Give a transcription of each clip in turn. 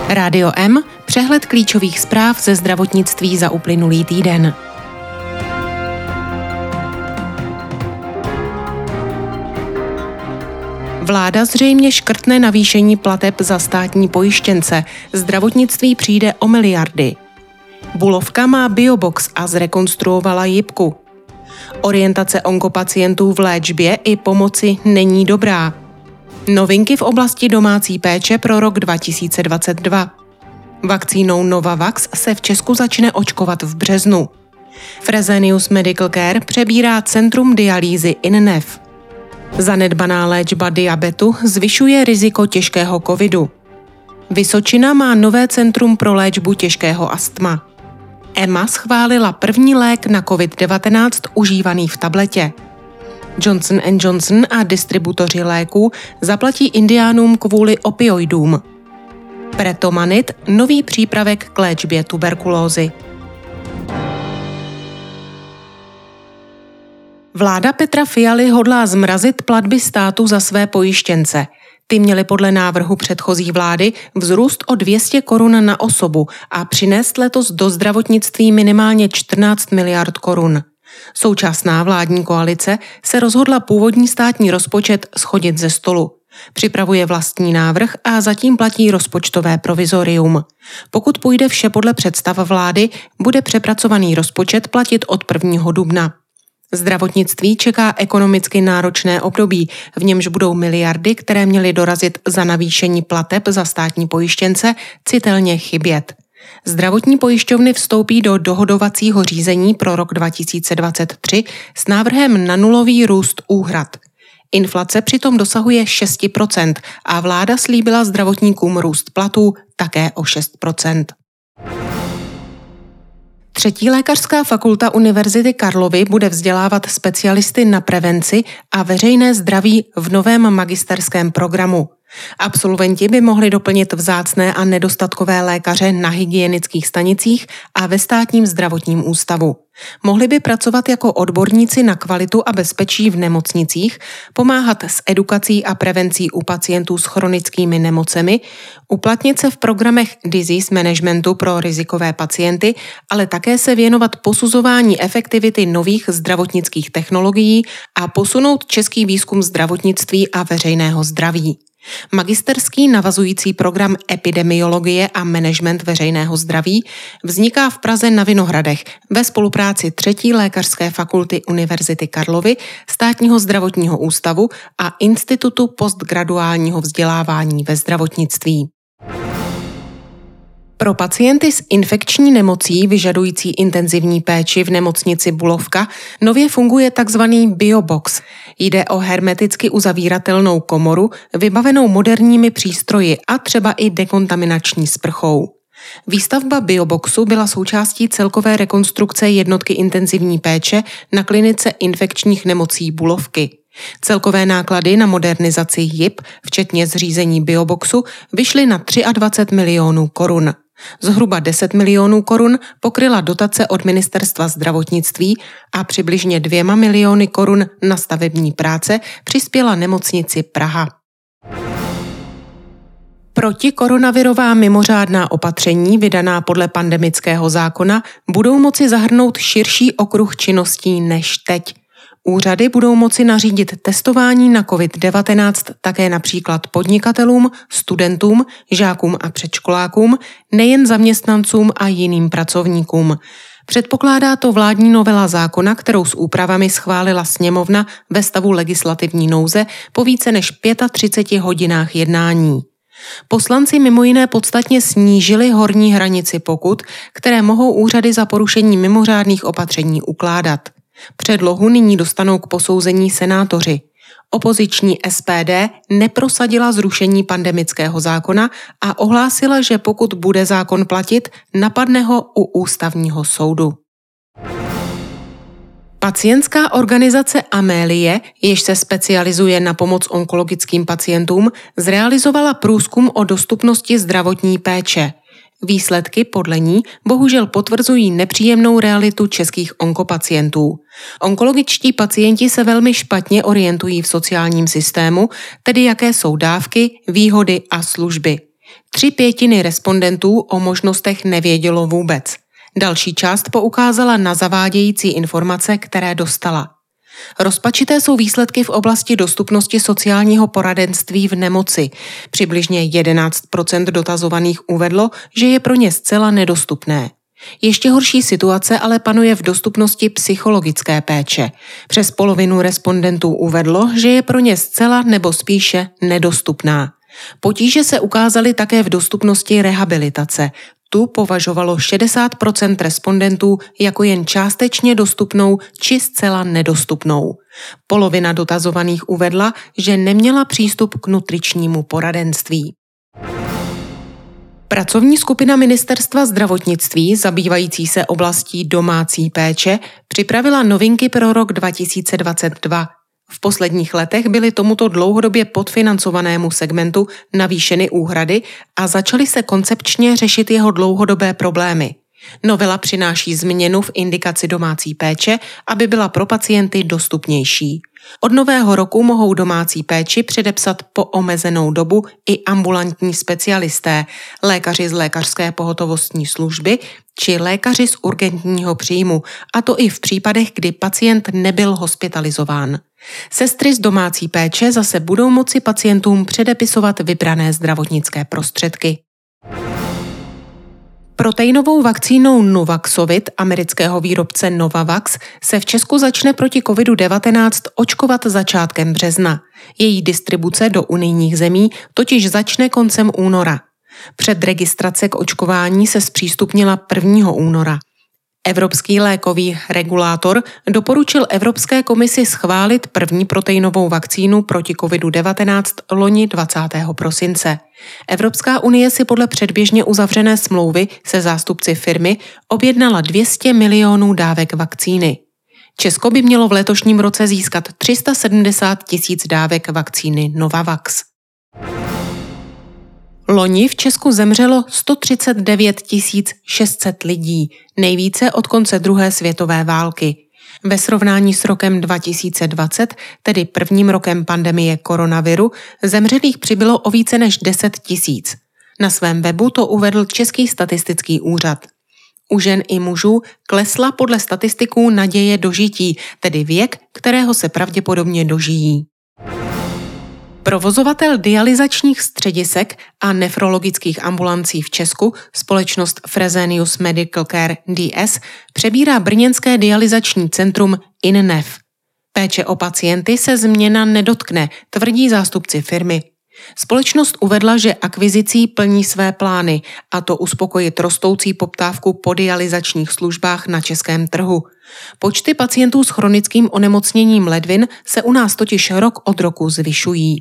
Rádio M, přehled klíčových zpráv ze zdravotnictví za uplynulý týden. Vláda zřejmě škrtne navýšení plateb za státní pojištěnce. Zdravotnictví přijde o miliardy. Bulovka má biobox a zrekonstruovala jipku. Orientace onkopacientů v léčbě i pomoci není dobrá. Novinky v oblasti domácí péče pro rok 2022. Vakcínou Novavax se v Česku začne očkovat v březnu. Fresenius Medical Care přebírá centrum dialýzy InNev. Zanedbaná léčba diabetu zvyšuje riziko těžkého covidu. Vysočina má nové centrum pro léčbu těžkého astma. EMA schválila první lék na COVID-19 užívaný v tabletě. Johnson & Johnson a distributoři léků zaplatí Indiánům kvůli opioidům. Pretomanid, nový přípravek k léčbě tuberkulózy. Vláda Petra Fialy hodlá zmrazit platby státu za své pojištěnce. Ty měly podle návrhu předchozí vlády vzrůst o 200 korun na osobu a přinést letos do zdravotnictví minimálně 14 miliard korun. Současná vládní koalice se rozhodla původní státní rozpočet shodit ze stolu. Připravuje vlastní návrh a zatím platí rozpočtové provizorium. Pokud půjde vše podle představ vlády, bude přepracovaný rozpočet platit od 1. dubna. Zdravotnictví čeká ekonomicky náročné období, v němž budou miliardy, které měly dorazit za navýšení plateb za státní pojištěnce, citelně chybět. Zdravotní pojišťovny vstoupí do dohodovacího řízení pro rok 2023 s návrhem na nulový růst úhrad. Inflace přitom dosahuje 6% a vláda slíbila zdravotníkům růst platů také o 6%. Třetí lékařská fakulta Univerzity Karlovy bude vzdělávat specialisty na prevenci a veřejné zdraví v novém magisterském programu. Absolventi by mohli doplnit vzácné a nedostatkové lékaře na hygienických stanicích a ve státním zdravotním ústavu. Mohli by pracovat jako odborníci na kvalitu a bezpečí v nemocnicích, pomáhat s edukací a prevencí u pacientů s chronickými nemocemi, uplatnit se v programech disease managementu pro rizikové pacienty, ale také se věnovat posuzování efektivity nových zdravotnických technologií a posunout český výzkum zdravotnictví a veřejného zdraví. Magisterský navazující program epidemiologie a management veřejného zdraví vzniká v Praze na Vinohradech ve spolupráci 3. lékařské fakulty Univerzity Karlovy, Státního zdravotního ústavu a Institutu postgraduálního vzdělávání ve zdravotnictví. Pro pacienty s infekční nemocí vyžadující intenzivní péči v nemocnici Bulovka nově funguje tzv. Biobox. Jde o hermeticky uzavíratelnou komoru vybavenou moderními přístroji a třeba i dekontaminační sprchou. Výstavba Bioboxu byla součástí celkové rekonstrukce jednotky intenzivní péče na klinice infekčních nemocí Bulovky. Celkové náklady na modernizaci JIP, včetně zřízení Bioboxu, vyšly na 23 milionů korun. Zhruba 10 milionů korun pokryla dotace od Ministerstva zdravotnictví a přibližně 2 miliony korun na stavební práce přispěla nemocnici Praha. Protikoronavirová mimořádná opatření vydaná podle pandemického zákona budou moci zahrnout širší okruh činností než teď. Úřady budou moci nařídit testování na COVID-19 také například podnikatelům, studentům, žákům a předškolákům, nejen zaměstnancům a jiným pracovníkům. Předpokládá to vládní novela zákona, kterou s úpravami schválila sněmovna ve stavu legislativní nouze po více než 35 hodinách jednání. Poslanci mimo jiné podstatně snížili horní hranici pokut, které mohou úřady za porušení mimořádných opatření ukládat. Předlohu nyní dostanou k posouzení senátoři. Opoziční SPD neprosadila zrušení pandemického zákona a ohlásila, že pokud bude zákon platit, napadne ho u ústavního soudu. Pacientská organizace Amélie, jež se specializuje na pomoc onkologickým pacientům, zrealizovala průzkum o dostupnosti zdravotní péče. Výsledky podle ní bohužel potvrzují nepříjemnou realitu českých onkopacientů. Onkologičtí pacienti se velmi špatně orientují v sociálním systému, tedy jaké jsou dávky, výhody a služby. 3/5 respondentů o možnostech nevědělo vůbec. Další část poukázala na zavádějící informace, které dostala. Rozpačité jsou výsledky v oblasti dostupnosti sociálního poradenství v nemoci. Přibližně 11% dotazovaných uvedlo, že je pro ně zcela nedostupné. Ještě horší situace ale panuje v dostupnosti psychologické péče. Přes polovinu respondentů uvedlo, že je pro ně zcela nebo spíše nedostupná. Potíže se ukázaly také v dostupnosti rehabilitace. Tu považovalo 60% respondentů jako jen částečně dostupnou či zcela nedostupnou. Polovina dotazovaných uvedla, že neměla přístup k nutričnímu poradenství. Pracovní skupina Ministerstva zdravotnictví, zabývající se oblastí domácí péče, připravila novinky pro rok 2022. V posledních letech byly tomuto dlouhodobě podfinancovanému segmentu navýšeny úhrady a začaly se koncepčně řešit jeho dlouhodobé problémy. Novela přináší změnu v indikaci domácí péče, aby byla pro pacienty dostupnější. Od nového roku mohou domácí péči předepsat po omezenou dobu i ambulantní specialisté, lékaři z lékařské pohotovostní služby či lékaři z urgentního příjmu, a to i v případech, kdy pacient nebyl hospitalizován. Sestry z domácí péče zase budou moci pacientům předepisovat vybrané zdravotnické prostředky. Proteinovou vakcínou Nuvaxovid amerického výrobce Novavax se v Česku začne proti COVID-19 očkovat začátkem března. Její distribuce do unijních zemí totiž začne koncem února. Předregistrace k očkování se zpřístupnila 1. února. Evropský lékový regulátor doporučil Evropské komisi schválit první proteinovou vakcínu proti COVID-19 loni 20. prosince. Evropská unie si podle předběžně uzavřené smlouvy se zástupci firmy objednala 200 milionů dávek vakcíny. Česko by mělo v letošním roce získat 370 000 dávek vakcíny Novavax. Loni v Česku zemřelo 139 600 lidí, nejvíce od konce druhé světové války. Ve srovnání s rokem 2020, tedy prvním rokem pandemie koronaviru, zemřelých přibylo o více než 10 000. Na svém webu to uvedl Český statistický úřad. U žen i mužů klesla podle statistiků naděje dožití, tedy věk, kterého se pravděpodobně dožijí. Provozovatel dialyzačních středisek a nefrologických ambulancí v Česku, společnost Fresenius Medical Care DS, přebírá brněnské dialyzační centrum InNev. Péče o pacienty se změna nedotkne, tvrdí zástupci firmy. Společnost uvedla, že akvizicí plní své plány, a to uspokojit rostoucí poptávku po dialyzačních službách na českém trhu. Počty pacientů s chronickým onemocněním ledvin se u nás totiž rok od roku zvyšují.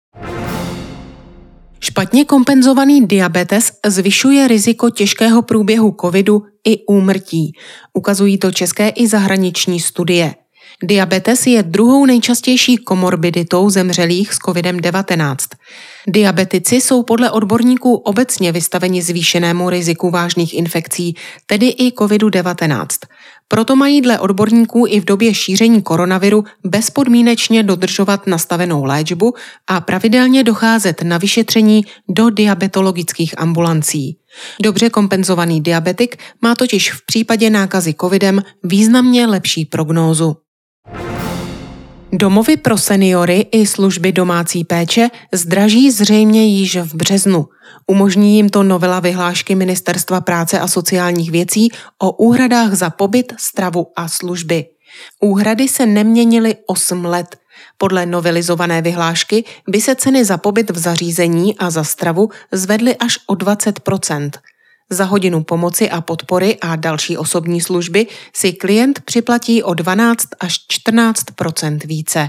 Špatně kompenzovaný diabetes zvyšuje riziko těžkého průběhu covidu i úmrtí. Ukazují to české i zahraniční studie. Diabetes je druhou nejčastější komorbiditou zemřelých s COVID-19. Diabetici jsou podle odborníků obecně vystaveni zvýšenému riziku vážných infekcí, tedy i COVID-19. Proto mají dle odborníků i v době šíření koronaviru bezpodmínečně dodržovat nastavenou léčbu a pravidelně docházet na vyšetření do diabetologických ambulancí. Dobře kompenzovaný diabetik má totiž v případě nákazy covidem významně lepší prognózu. Domovy pro seniory i služby domácí péče zdraží zřejmě již v březnu. Umožní jim to novela vyhlášky Ministerstva práce a sociálních věcí o úhradách za pobyt, stravu a služby. Úhrady se neměnily 8 let. Podle novelizované vyhlášky by se ceny za pobyt v zařízení a za stravu zvedly až o 20%. Za hodinu pomoci a podpory a další osobní služby si klient připlatí o 12 až 14% více.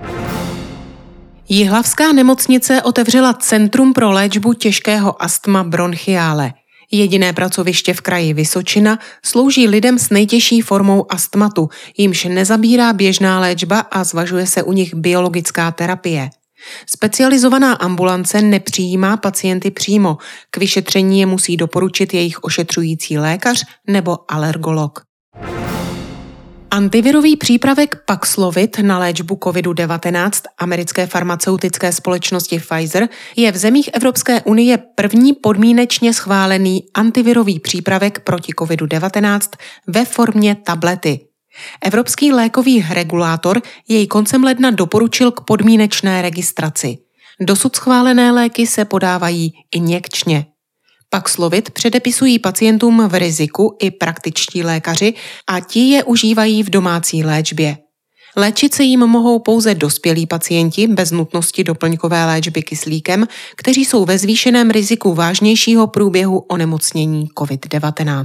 Jihlavská nemocnice otevřela Centrum pro léčbu těžkého astma bronchiále. Jediné pracoviště v kraji Vysočina slouží lidem s nejtěžší formou astmatu, jimž nezabírá běžná léčba a zvažuje se u nich biologická terapie. Specializovaná ambulance nepřijímá pacienty přímo, k vyšetření je musí doporučit jejich ošetřující lékař nebo alergolog. Antivirový přípravek Paxlovid na léčbu COVID-19 americké farmaceutické společnosti Pfizer je v zemích Evropské unie první podmínečně schválený antivirový přípravek proti COVID-19 ve formě tablety. Evropský lékový regulátor jej koncem ledna doporučil k podmínečné registraci. Dosud schválené léky se podávají injekčně. Paxlovid předepisují pacientům v riziku i praktičtí lékaři a ti je užívají v domácí léčbě. Léčit se jim mohou pouze dospělí pacienti bez nutnosti doplňkové léčby kyslíkem, kteří jsou ve zvýšeném riziku vážnějšího průběhu onemocnění COVID-19.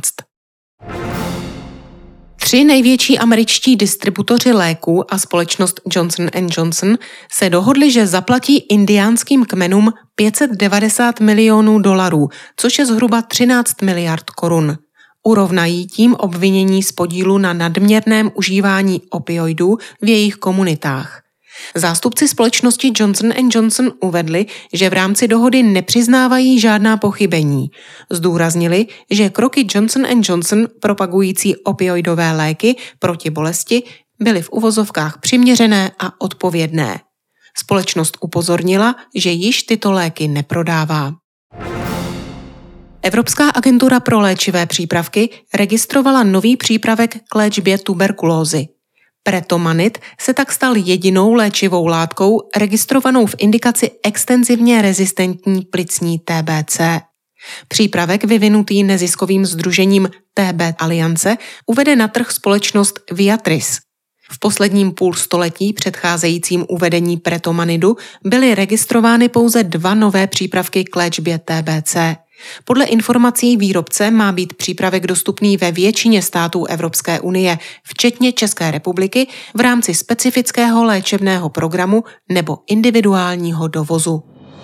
3 největší američtí distributoři léků a společnost Johnson & Johnson se dohodli, že zaplatí indiánským kmenům $590 milionů, což je zhruba 13 miliard korun. Urovnají tím obvinění z podílu na nadměrném užívání opioidů v jejich komunitách. Zástupci společnosti Johnson & Johnson uvedli, že v rámci dohody nepřiznávají žádná pochybení. Zdůraznili, že kroky Johnson & Johnson propagující opioidové léky proti bolesti byly v uvozovkách přiměřené a odpovědné. Společnost upozornila, že již tyto léky neprodává. Evropská agentura pro léčivé přípravky registrovala nový přípravek k léčbě tuberkulózy. Pretomanid se tak stal jedinou léčivou látkou registrovanou v indikaci extenzivně rezistentní plicní TBC. Přípravek vyvinutý neziskovým sdružením TB Aliance uvede na trh společnost Viatris. V posledním půlstoletí předcházejícím uvedení pretomanidu byly registrovány pouze 2 nové přípravky k léčbě TBC. Podle informací výrobce má být přípravek dostupný ve většině států Evropské unie, včetně České republiky, v rámci specifického léčebného programu nebo individuálního dovozu.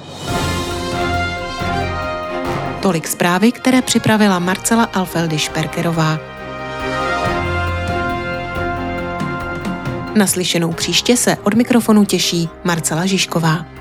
Tolik zprávy, které připravila Marcela Alfeldy-Šperkerová. Naslyšenou příště se od mikrofonu těší Marcela Žižková.